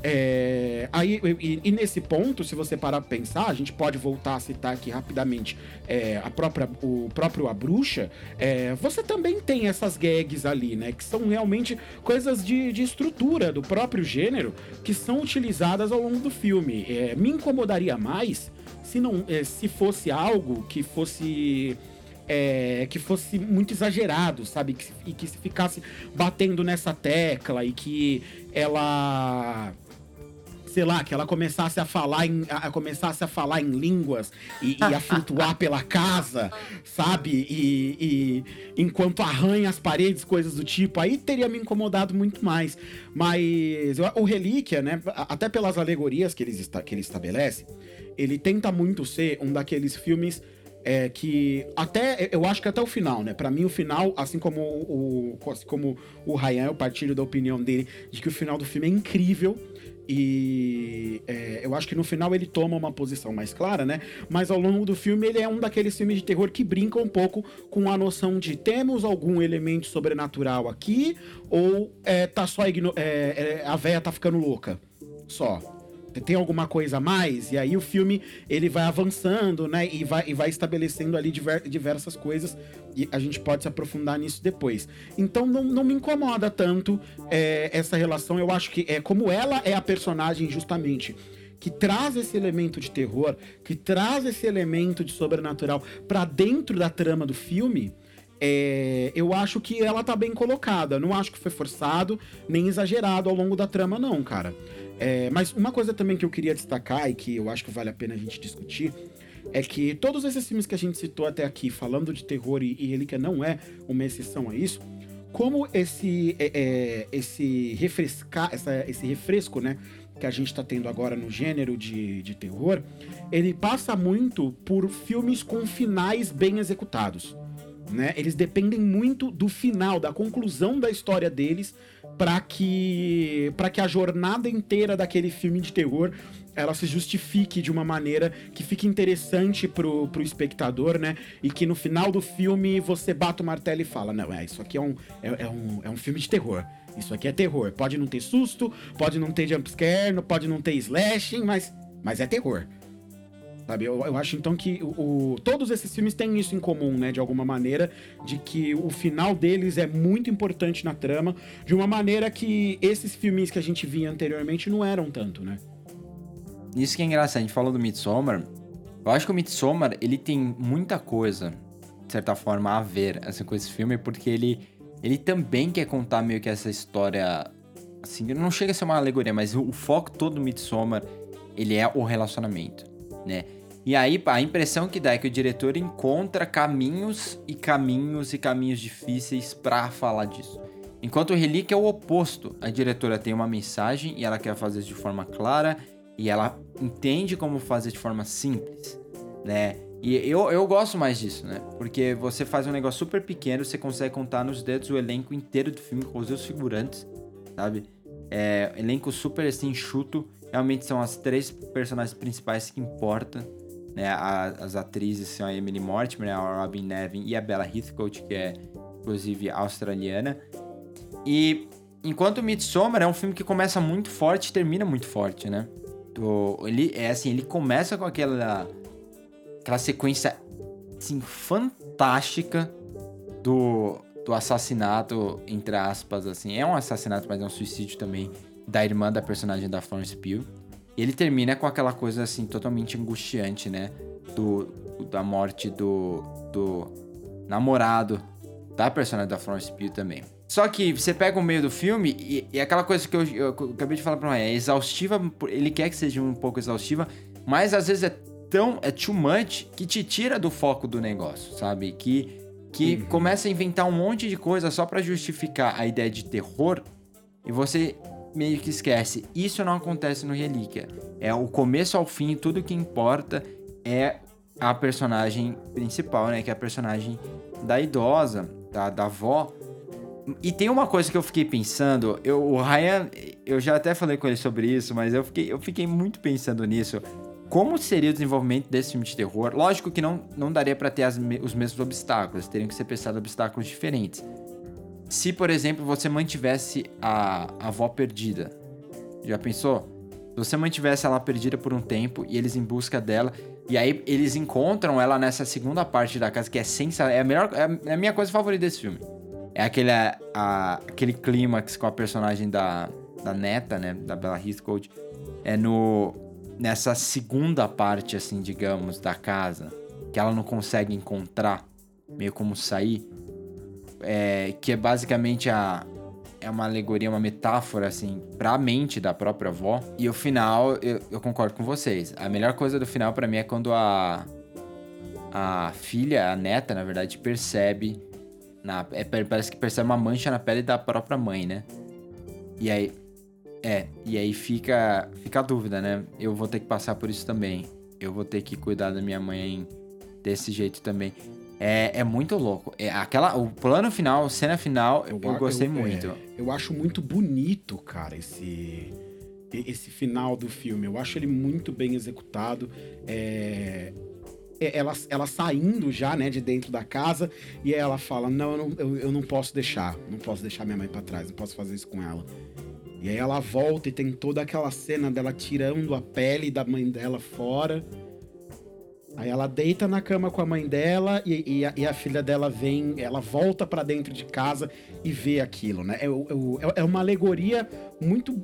E nesse ponto, se você parar pra pensar, a gente pode voltar a citar aqui rapidamente o próprio A Bruxa. Você também tem essas gags ali, né? Que são realmente coisas de estrutura do próprio gênero que são utilizadas ao longo do filme. Me incomodaria mais se fosse algo que fosse muito exagerado, sabe? E que se ficasse batendo nessa tecla e que ela... sei lá, que ela começasse a falar em línguas e a flutuar pela casa, sabe? E enquanto arranha as paredes, coisas do tipo, aí teria me incomodado muito mais. Mas o Relíquia, né, até pelas alegorias que ele estabelece, ele tenta muito ser um daqueles filmes que eu acho que até o final, né? Pra mim, o final, assim como o Ryan, eu partilho da opinião dele de que o final do filme é incrível. E eu acho que no final ele toma uma posição mais clara, né? Mas ao longo do filme ele é um daqueles filmes de terror que brinca um pouco com a noção de temos algum elemento sobrenatural aqui ou tá só a véia tá ficando louca só. Tem alguma coisa a mais? E aí o filme ele vai avançando, né? E vai estabelecendo ali diversas coisas. E a gente pode se aprofundar nisso depois. Então não me incomoda tanto essa relação. Eu acho que como ela é a personagem justamente que traz esse elemento de terror, que traz esse elemento de sobrenatural pra dentro da trama do filme. Eu acho que ela tá bem colocada. Não acho que foi forçado, nem exagerado ao longo da trama, não, cara. Mas uma coisa também que eu queria destacar e que eu acho que vale a pena a gente discutir é que todos esses filmes que a gente citou até aqui, falando de terror e Relíquia não é uma exceção a isso, como esse refresco, né, que a gente tá tendo agora no gênero de terror, ele passa muito por filmes com finais bem executados. Né? Eles dependem muito do final, da conclusão da história deles para que a jornada inteira daquele filme de terror ela se justifique de uma maneira que fique interessante pro espectador, né? E que no final do filme você bate o martelo e fala, não, isso aqui é um filme de terror. Isso aqui é terror. Pode não ter susto, pode não ter jumpscare, pode não ter slashing, mas é terror. Sabe, eu acho então que todos esses filmes têm isso em comum, né, de alguma maneira, de que o final deles é muito importante na trama, de uma maneira que esses filmes que a gente via anteriormente não eram tanto, né? Isso que é engraçado, a gente falou do Midsommar, eu acho que o Midsommar, ele tem muita coisa, de certa forma, a ver assim, com esse filme, porque ele também quer contar meio que essa história, assim, não chega a ser uma alegoria, mas o foco todo do Midsommar, ele é o relacionamento, né? E aí a impressão que dá é que o diretor encontra caminhos e caminhos e caminhos difíceis pra falar disso. Enquanto o Relíquia é o oposto. A diretora tem uma mensagem e ela quer fazer isso de forma clara e ela entende como fazer de forma simples, né? E eu gosto mais disso, né? Porque você faz um negócio super pequeno, você consegue contar nos dedos o elenco inteiro do filme, inclusive os figurantes, sabe? Elenco super assim, enxuto. Realmente são as 3 personagens principais que importam, né? As atrizes são a Emily Mortimer, a Robin Nevin e a Bella Heathcote, que é, inclusive, australiana. E enquanto o Midsommar é um filme que começa muito forte e termina muito forte, né? Ele começa com aquela sequência, assim, fantástica do assassinato, entre aspas, assim. É um assassinato, mas é um suicídio também, da irmã da personagem da Florence Pugh. E ele termina com aquela coisa, assim, totalmente angustiante, né? Da morte do namorado da personagem da Florence Pugh também. Só que você pega o meio do filme e aquela coisa que eu acabei de falar pra ele, é exaustiva, ele quer que seja um pouco exaustiva, mas às vezes é too much que te tira do foco do negócio, sabe? Que começa a inventar um monte de coisa só pra justificar a ideia de terror e você meio que esquece. Isso não acontece no Relíquia. É o começo ao fim, tudo que importa é a personagem principal, né? Que é a personagem da idosa, da avó. E tem uma coisa que eu fiquei pensando, o Ryan, eu já até falei com ele sobre isso, mas eu fiquei muito pensando nisso. Como seria o desenvolvimento desse filme de terror? Lógico que não daria pra ter os mesmos obstáculos, teriam que ser pensados obstáculos diferentes. Se, por exemplo, você mantivesse a avó perdida, já pensou? Se você mantivesse ela perdida por um tempo e eles em busca dela, e aí eles encontram ela nessa segunda parte da casa, que é sensacional. É a minha coisa favorita desse filme. É aquele clímax com a personagem da neta, né? Da Bella Heathcote. Nessa segunda parte, assim, digamos, da casa, que ela não consegue encontrar meio como sair. Que é basicamente é uma alegoria, uma metáfora, assim, pra mente da própria avó. E o final, eu concordo com vocês. A melhor coisa do final, pra mim, é quando a filha, a neta, na verdade, percebe... parece que percebe uma mancha na pele da própria mãe, né? E aí fica a dúvida, né? Eu vou ter que passar por isso também. Eu vou ter que cuidar da minha mãe desse jeito também. É muito louco. O plano final, cena final, eu gostei muito. Eu acho muito bonito, cara, esse final do filme. Eu acho ele muito bem executado. Ela saindo já, né, de dentro da casa, e aí ela fala, não, eu não posso deixar minha mãe pra trás, não posso fazer isso com ela. E aí ela volta e tem toda aquela cena dela tirando a pele da mãe dela fora. Aí ela deita na cama com a mãe dela e a filha dela vem, ela volta pra dentro de casa e vê aquilo, né? É uma alegoria muito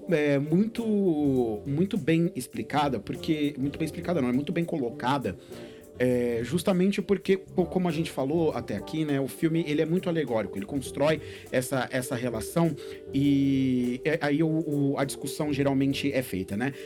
bem explicada, porque... Muito bem explicada não, é muito bem colocada. Justamente porque, como a gente falou até aqui, né, o filme ele é muito alegórico, ele constrói essa relação e aí a discussão geralmente é feita, né?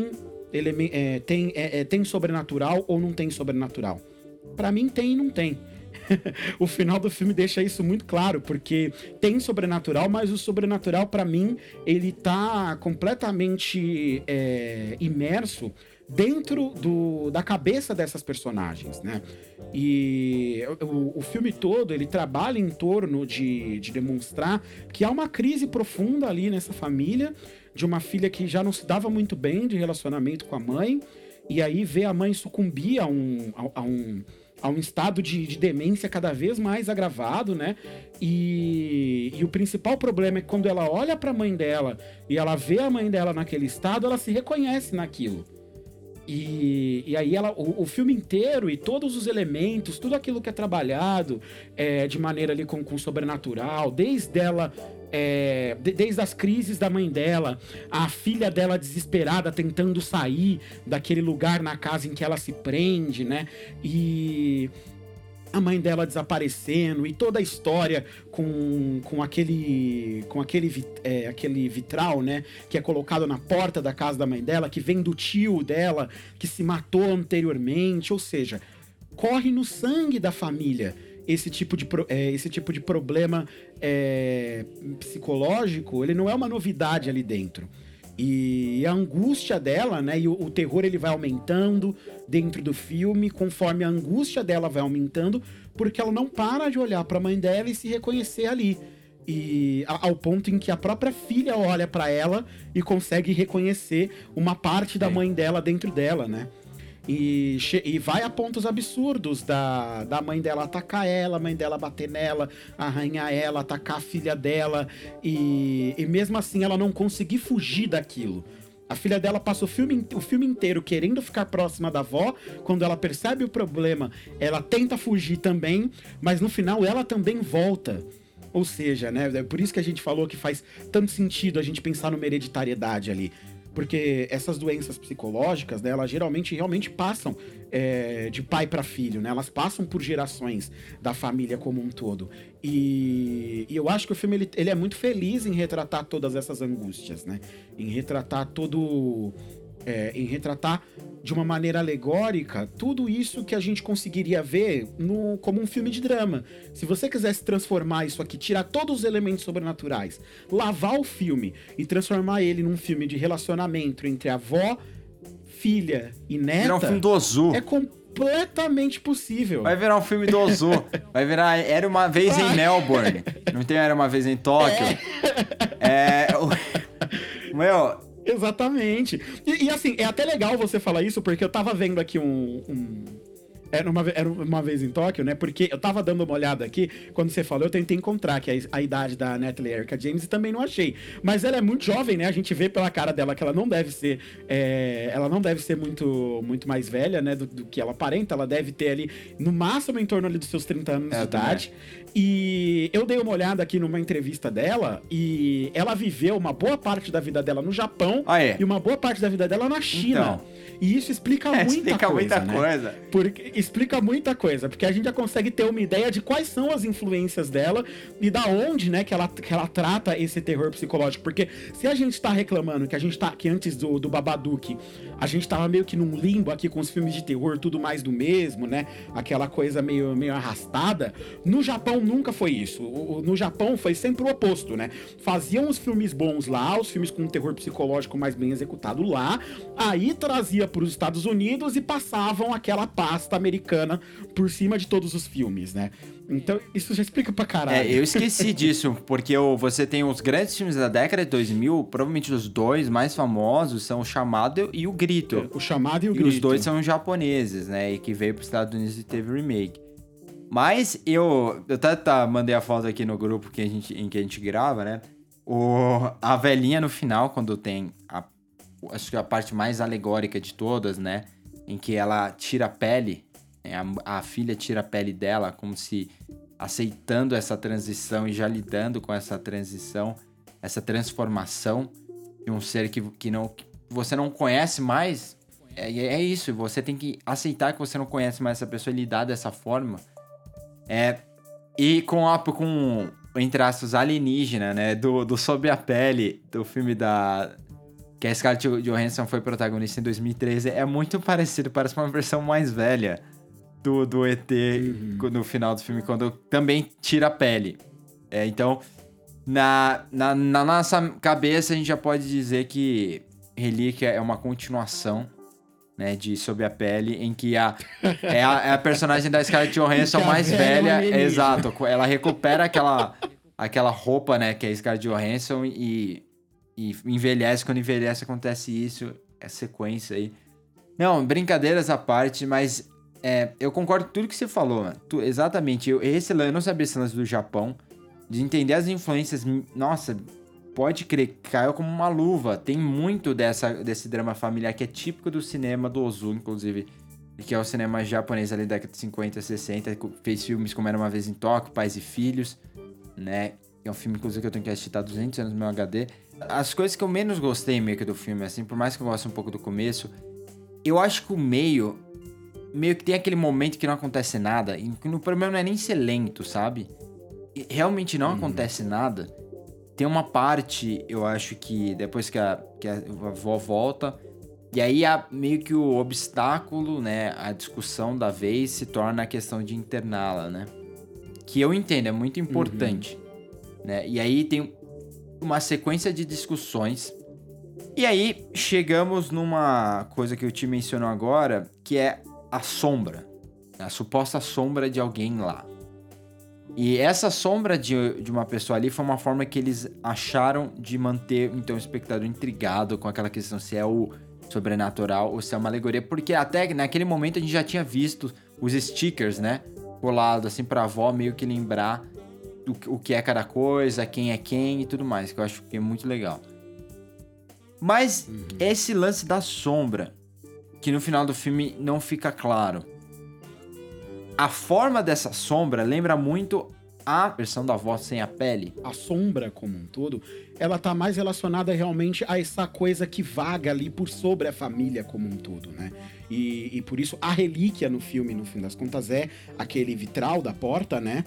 Tem sobrenatural ou não tem sobrenatural? Pra mim tem e não tem. O final do filme deixa isso muito claro, porque tem sobrenatural, mas o sobrenatural, pra mim, ele tá completamente imerso dentro da cabeça dessas personagens, né? E o filme todo, ele trabalha em torno de demonstrar que há uma crise profunda ali nessa família, de uma filha que já não se dava muito bem de relacionamento com a mãe, e aí vê a mãe sucumbir a um estado de demência cada vez mais agravado, né? E o principal problema é que quando ela olha pra mãe dela e ela vê a mãe dela naquele estado, ela se reconhece naquilo. E aí o filme inteiro e todos os elementos, tudo aquilo que é trabalhado de maneira ali com sobrenatural, desde as crises da mãe dela, a filha dela desesperada tentando sair daquele lugar na casa em que ela se prende, né? E a mãe dela desaparecendo e toda a história com aquele vitral, né, que é colocado na porta da casa da mãe dela, que vem do tio dela, que se matou anteriormente, ou seja, corre no sangue da família esse tipo de problema psicológico, ele não é uma novidade ali dentro. E a angústia dela, né, e o terror ele vai aumentando dentro do filme, conforme a angústia dela vai aumentando, porque ela não para de olhar para a mãe dela e se reconhecer ali. E ao ponto em que a própria filha olha para ela e consegue reconhecer uma parte da mãe dela dentro dela, né? E vai a pontos absurdos da mãe dela atacar ela, a mãe dela bater nela, arranhar ela, atacar a filha dela, e mesmo assim ela não conseguir fugir daquilo. A filha dela passa o filme inteiro querendo ficar próxima da avó. Quando ela percebe o problema, ela tenta fugir também, mas no final ela também volta. Ou seja, né, é por isso que a gente falou que faz tanto sentido a gente pensar numa hereditariedade ali. Porque essas doenças psicológicas, né, elas geralmente realmente passam de pai para filho, né? Elas passam por gerações da família como um todo. E eu acho que o filme ele é muito feliz em retratar todas essas angústias, né? Em retratar de uma maneira alegórica tudo isso que a gente conseguiria ver como um filme de drama. Se você quisesse transformar isso aqui, tirar todos os elementos sobrenaturais, lavar o filme e transformar ele num filme de relacionamento entre avó, filha e neta... Virar um filme do Ozu. É completamente possível. Vai virar um filme do Ozu. Vai virar Era Uma Vez em Melbourne. Não tem Era Uma Vez em Tóquio? Meu... Exatamente. E assim, é até legal você falar isso, porque eu tava vendo aqui Era uma vez em Tóquio, né? Porque eu tava dando uma olhada aqui, quando você falou, eu tentei encontrar que a idade da Natalie Erica James e também não achei. Mas ela é muito jovem, né? A gente vê pela cara dela que ela não deve ser muito mais velha, né? Do que ela aparenta. Ela deve ter ali, no máximo, em torno ali dos seus 30 anos de idade. E eu dei uma olhada aqui numa entrevista dela e ela viveu uma boa parte da vida dela no Japão e uma boa parte da vida dela na China. Então. E isso explica muita coisa. Explica muita coisa, porque a gente já consegue ter uma ideia de quais são as influências dela e da onde, né, que ela trata esse terror psicológico. Porque se a gente tá reclamando que antes do Babadook, a gente tava meio que num limbo aqui com os filmes de terror, tudo mais do mesmo, né? Aquela coisa meio arrastada. No Japão nunca foi isso. No Japão foi sempre o oposto, né? Faziam os filmes bons lá, os filmes com um terror psicológico mais bem executado lá, aí trazia para os Estados Unidos e passavam aquela pasta americana por cima de todos os filmes, né? Então, isso já explica pra caralho. Eu esqueci disso, porque você tem os grandes filmes da década de 2000, provavelmente os dois mais famosos são O Chamado e O Grito. O Chamado e o Grito. E os dois são japoneses, né? E que veio pros Estados Unidos e teve remake. Mas eu até mandei a foto aqui no grupo em que a gente grava, né? A velhinha no final, quando tem acho que a parte mais alegórica de todas, né? Em que ela tira a pele, a filha tira a pele dela, como se aceitando essa transição e já lidando com essa transição, essa transformação de um ser que você não conhece mais. É isso, você tem que aceitar que você não conhece mais essa pessoa e lidar dessa forma. E com entre aspas, alienígena, né? Do Sob a Pele, do filme que a Scarlett Johansson foi protagonista em 2013, é muito parecido, parece uma versão mais velha do ET no final do filme, quando também tira a pele. Então, na nossa cabeça, a gente já pode dizer que Relíquia é uma continuação, né, de Sob a Pele, em que a personagem da Scarlett Johansson mais velha, exato, ela recupera aquela roupa, né, que é a Scarlett Johansson e envelhece. Quando envelhece acontece isso, é sequência aí. Não, brincadeiras à parte, mas eu concordo com tudo que você falou, mano. Exatamente, eu não sabia esse lance do Japão, de entender as influências. Nossa, pode crer, caiu como uma luva. Tem muito desse drama familiar que é típico do cinema do Ozu, inclusive, que é o cinema japonês ali da década de 50, 60, fez filmes como Era Uma Vez em Tóquio, Pais e Filhos, né? É um filme, inclusive, que eu tenho que assistir, tá 200 anos no meu HD. As coisas que eu menos gostei meio que do filme, assim, por mais que eu goste um pouco do começo, eu acho que o meio que tem aquele momento que não acontece nada, e o problema não é nem ser lento, sabe? E realmente não acontece nada. Tem uma parte, eu acho que depois que a avó volta, e aí meio que o obstáculo, né, a discussão da vez se torna a questão de interná-la, né? Que eu entendo, é muito importante, né? E aí tem uma sequência de discussões. E aí chegamos numa coisa que o Ti mencionou agora, que é a sombra, a suposta sombra de alguém lá. E essa sombra de uma pessoa ali foi uma forma que eles acharam de manter, então, o espectador intrigado com aquela questão se é o sobrenatural ou se é uma alegoria, porque até naquele momento a gente já tinha visto os stickers, né, colado assim pra avó meio que lembrar o que é cada coisa, quem é quem e tudo mais, que eu acho que é muito legal. Mas esse lance da sombra, que no final do filme não fica claro. A forma dessa sombra lembra muito a versão da avó sem a pele. A sombra como um todo, ela tá mais relacionada realmente a essa coisa que vaga ali por sobre a família como um todo, né? E por isso a relíquia no filme, no fim das contas, é aquele vitral da porta, né?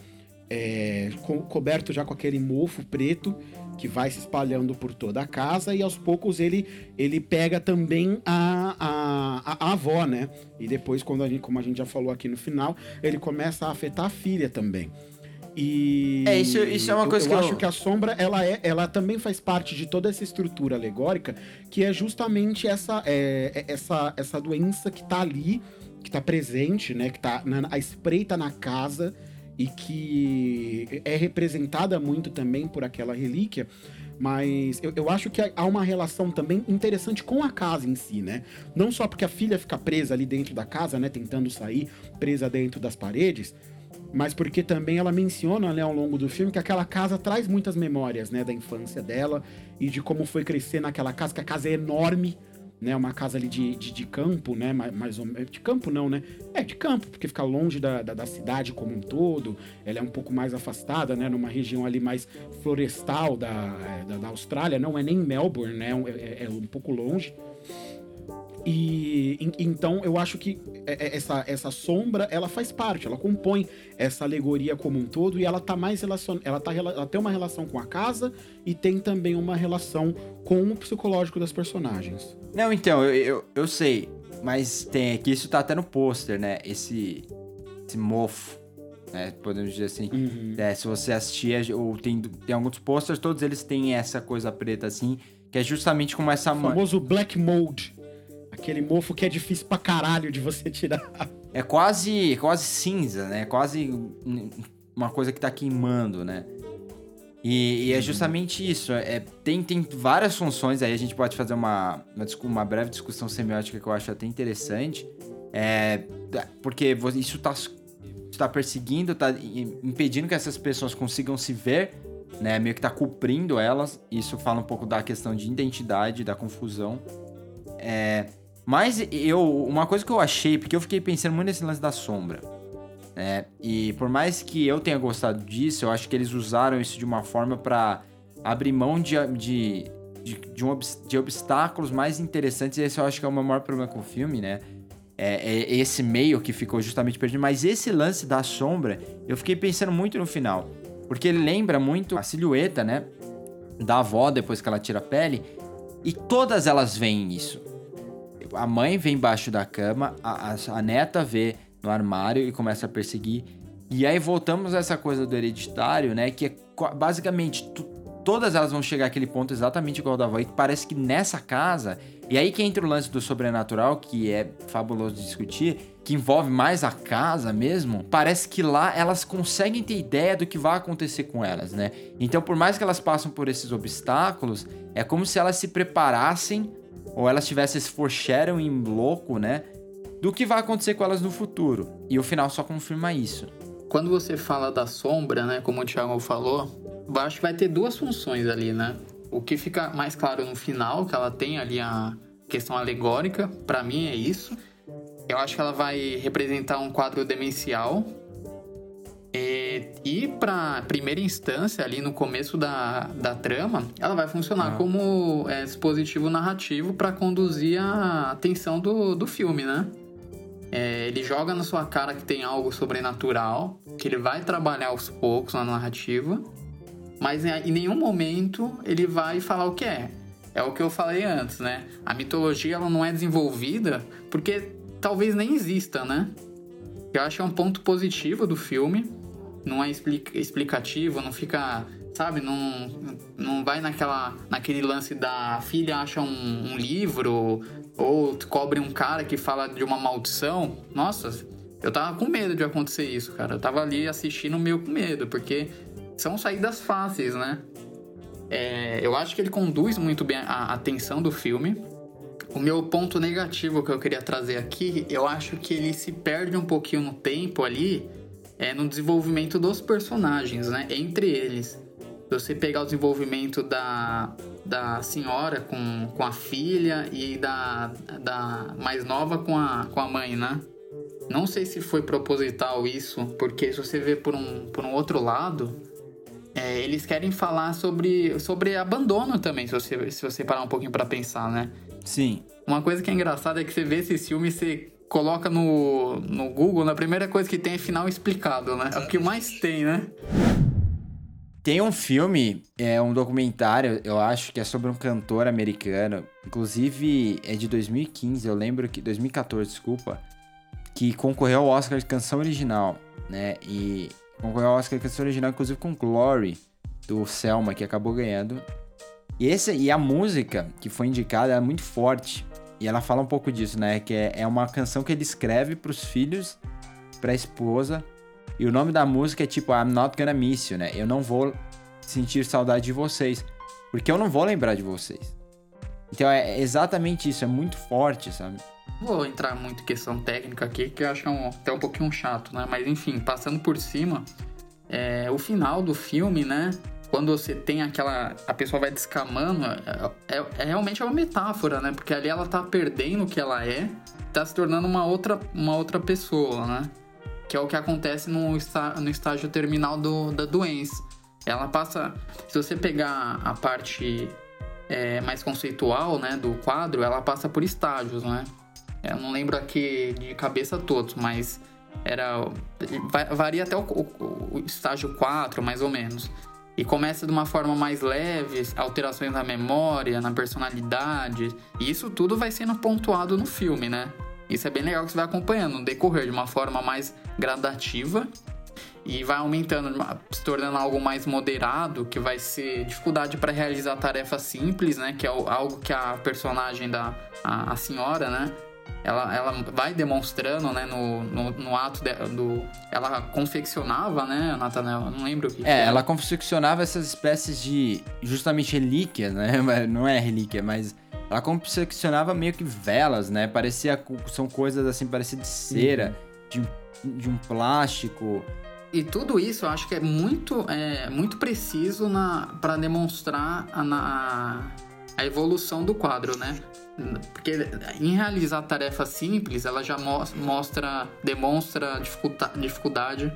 Coberto já com aquele mofo preto que vai se espalhando por toda a casa, e aos poucos ele pega também a avó, né? E depois, como a gente já falou aqui no final, ele começa a afetar a filha também. E isso é uma coisa eu acho que a sombra ela também faz parte de toda essa estrutura alegórica, que é justamente essa doença que tá ali, que tá presente, né? Que tá à espreita na casa, e que é representada muito também por aquela relíquia, Mas eu acho que há uma relação também interessante com a casa em si, né? Não só porque a filha fica presa ali dentro da casa, né? Tentando sair, presa dentro das paredes, mas porque também ela menciona, né, ao longo do filme, que aquela casa traz muitas memórias, né, da infância dela e de como foi crescer naquela casa, que a casa é enorme, né, uma casa ali de campo, né, mais ou menos, de campo não, né, de campo, porque fica longe da cidade como um todo, ela é um pouco mais afastada, né, numa região ali mais florestal da Austrália, não é nem Melbourne, né, é um pouco longe. E então eu acho que essa sombra, ela faz parte, ela compõe essa alegoria como um todo, e ela tá mais ela tem uma relação com a casa e tem também uma relação com o psicológico das personagens. Não, então, eu sei, mas tem que isso tá até no pôster, né? Esse mofo, né? Podemos dizer assim. Uhum. Se você assistir, ou tem alguns posters, todos eles têm essa coisa preta assim, que é justamente como essa... O famoso black mold. Aquele mofo que é difícil pra caralho de você tirar. É quase cinza, né? Quase uma coisa que tá queimando, né? E é justamente isso. Tem várias funções, aí a gente pode fazer uma breve discussão semiótica que eu acho até interessante. Porque isso tá perseguindo, tá impedindo que essas pessoas consigam se ver, né? Meio que tá cobrindo elas. Isso fala um pouco da questão de identidade, da confusão. Mas uma coisa que eu achei, porque eu fiquei pensando muito nesse lance da sombra, né? E por mais que eu tenha gostado disso, eu acho que eles usaram isso de uma forma pra abrir mão de obstáculos mais interessantes. E esse eu acho que é o meu maior problema com o filme, né? É esse meio que ficou justamente perdido. Mas esse lance da sombra, eu fiquei pensando muito no final, porque ele lembra muito a silhueta, né, da avó depois que ela tira a pele. E todas elas veem isso. A mãe vê embaixo da cama, a neta vê no armário e começa a perseguir. E aí voltamos a essa coisa do hereditário, né? Que é basicamente todas elas vão chegar àquele ponto exatamente igual ao da avó. E parece que nessa casa... E aí que entra o lance do sobrenatural, que é fabuloso de discutir, que envolve mais a casa mesmo. Parece que lá elas conseguem ter ideia do que vai acontecer com elas, né? Então, por mais que elas passem por esses obstáculos, é como se elas se preparassem, ou elas tivessem esse foreshadowing louco, né? Do que vai acontecer com elas no futuro. E o final só confirma isso. Quando você fala da sombra, né? Como o Thiago falou, eu acho que vai ter duas funções ali, né? O que fica mais claro no final, que ela tem ali a questão alegórica, pra mim é isso. Eu acho que ela vai representar um quadro demencial. E pra primeira instância, ali no começo da trama, ela vai funcionar como dispositivo narrativo para conduzir a atenção do filme, né? Ele joga na sua cara que tem algo sobrenatural, que ele vai trabalhar aos poucos na narrativa, mas em nenhum momento ele vai falar o que é. É o que eu falei antes, né? A mitologia ela não é desenvolvida porque talvez nem exista, né? Eu acho que é um ponto positivo do filme. Não é explicativo, não fica, sabe, não vai naquele lance da filha acha um livro ou cobre um cara que fala de uma maldição. Nossa, eu tava com medo de acontecer isso, cara. Eu tava ali assistindo meio com medo, porque são saídas fáceis, né? Eu acho que ele conduz muito bem a atenção do filme. O meu ponto negativo que eu queria trazer aqui, eu acho que ele se perde um pouquinho no tempo ali, no desenvolvimento dos personagens, né? Entre eles. Se você pegar o desenvolvimento da senhora com a filha e da mais nova com a mãe, né? Não sei se foi proposital isso, porque se você vê por um outro lado, eles querem falar sobre abandono também, se você parar um pouquinho pra pensar, né? Sim. Uma coisa que é engraçada é que você vê esses filmes, você coloca no Google, a primeira coisa que tem é final explicado, né? É o que mais tem, né? Tem um filme, um documentário, eu acho que é sobre um cantor americano, inclusive é de 2015, eu lembro que... 2014, desculpa, que concorreu ao Oscar de canção original, né? E concorreu ao Oscar de canção original, inclusive com Glory, do Selma, que acabou ganhando. E a música que foi indicada é muito forte. E ela fala um pouco disso, né? Que é uma canção que ele escreve pros filhos, pra esposa. E o nome da música é tipo I'm Not Gonna Miss You, né? Eu não vou sentir saudade de vocês. Porque eu não vou lembrar de vocês. Então é exatamente isso, é muito forte, sabe? Vou entrar muito em questão técnica aqui, que eu acho que é até um pouquinho chato, né? Mas enfim, passando por cima, o final do filme, né? Quando você tem a pessoa vai descamando, realmente é uma metáfora, né? Porque ali ela tá perdendo o que ela é, tá se tornando uma outra pessoa, né? Que é o que acontece no estágio terminal da doença. Ela passa... Se você pegar a parte mais conceitual, né, do quadro, ela passa por estágios, né? Eu não lembro aqui de cabeça todos, mas varia até o estágio 4, mais ou menos. E começa de uma forma mais leve, alterações na memória, na personalidade. E isso tudo vai sendo pontuado no filme, né? Isso é bem legal que você vai acompanhando no decorrer de uma forma mais gradativa. E vai aumentando, se tornando algo mais moderado, que vai ser dificuldade para realizar tarefas simples, né? Que é algo que a personagem a senhora, né? Ela vai demonstrando, né? No ato ela confeccionava, né, Nathanael? Eu não lembro o que ela confeccionava essas espécies de, justamente, relíquias, né? Não é relíquia, mas ela confeccionava meio que velas, né? São coisas assim, parecidas de cera, de um plástico. E tudo isso eu acho que é muito preciso para demonstrar a evolução do quadro, né? Porque em realizar tarefas simples, ela já demonstra dificuldade,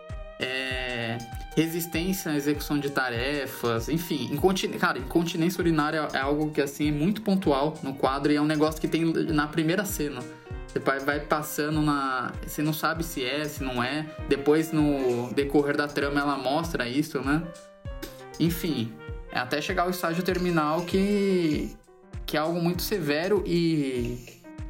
resistência à execução de tarefas, enfim. Incontinência urinária é algo que assim, é muito pontual no quadro e é um negócio que tem na primeira cena. Você vai passando você não sabe se não é. Depois, no decorrer da trama, ela mostra isso, né? Enfim, até chegar ao estágio terminal que é algo muito severo e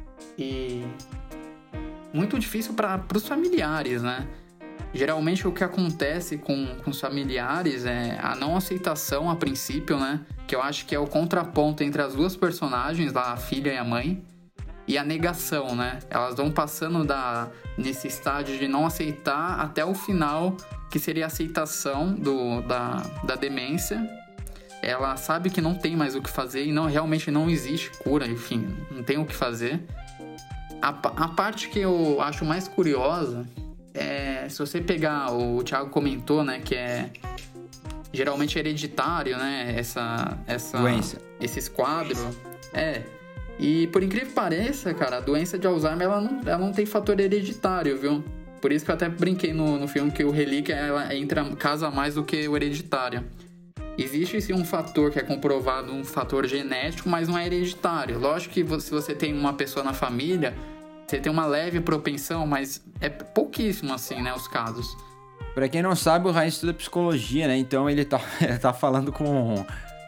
muito difícil para os familiares, né? Geralmente o que acontece com os familiares é a não aceitação a princípio, né? Que eu acho que é o contraponto entre as duas personagens, lá, a filha e a mãe. E a negação, né? Elas vão passando nesse estágio de não aceitar até o final, que seria a aceitação da demência. Ela sabe que não tem mais o que fazer e realmente não existe cura, enfim, não tem o que fazer. A parte que eu acho mais curiosa é, se você pegar, o Thiago comentou, né, que é geralmente hereditário, né, essa doença. Esses quadros. E por incrível que pareça, cara, a doença de Alzheimer, ela não tem fator hereditário, viu? Por isso que eu até brinquei no filme que o relíquia, ela casa mais do que o hereditário. Existe sim um fator que é comprovado, um fator genético, mas não é hereditário. Lógico que se você tem uma pessoa na família, você tem uma leve propensão, mas é pouquíssimo assim, né, os casos. Pra quem não sabe, o Ryan estuda psicologia, né? Então ele tá falando com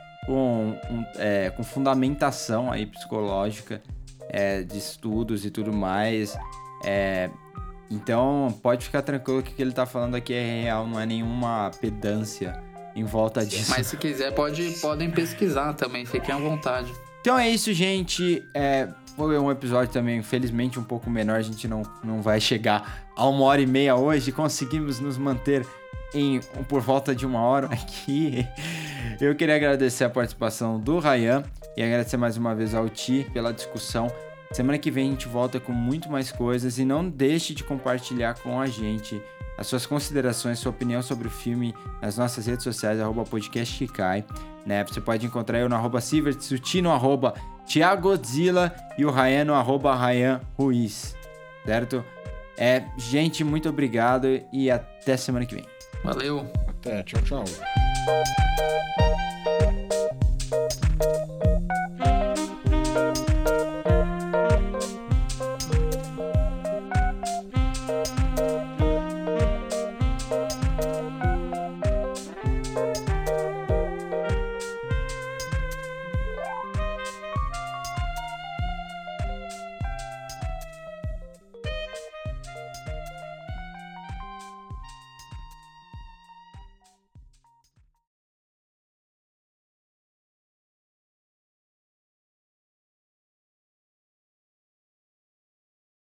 fundamentação aí psicológica, de estudos e tudo mais. Então pode ficar tranquilo que o que ele tá falando aqui é real, não é nenhuma pedância em volta disso. Mas se quiser, podem pesquisar também, fiquem à vontade. Então é isso, gente. Foi um episódio também, infelizmente, um pouco menor. A gente não vai chegar a 1h30 hoje. Conseguimos nos manter por volta de 1 hora aqui. Eu queria agradecer a participação do Ryan e agradecer mais uma vez ao Ti pela discussão. Semana que vem a gente volta com muito mais coisas e não deixe de compartilhar com a gente as suas considerações, sua opinião sobre o filme nas nossas redes sociais, @podcastkikai, né? Você pode encontrar eu no @Sieverts, o Ti no @ThiagoZilla e o Ryan no @Ryan Ruiz, certo? Gente, muito obrigado e até semana que vem. Valeu. Até, tchau.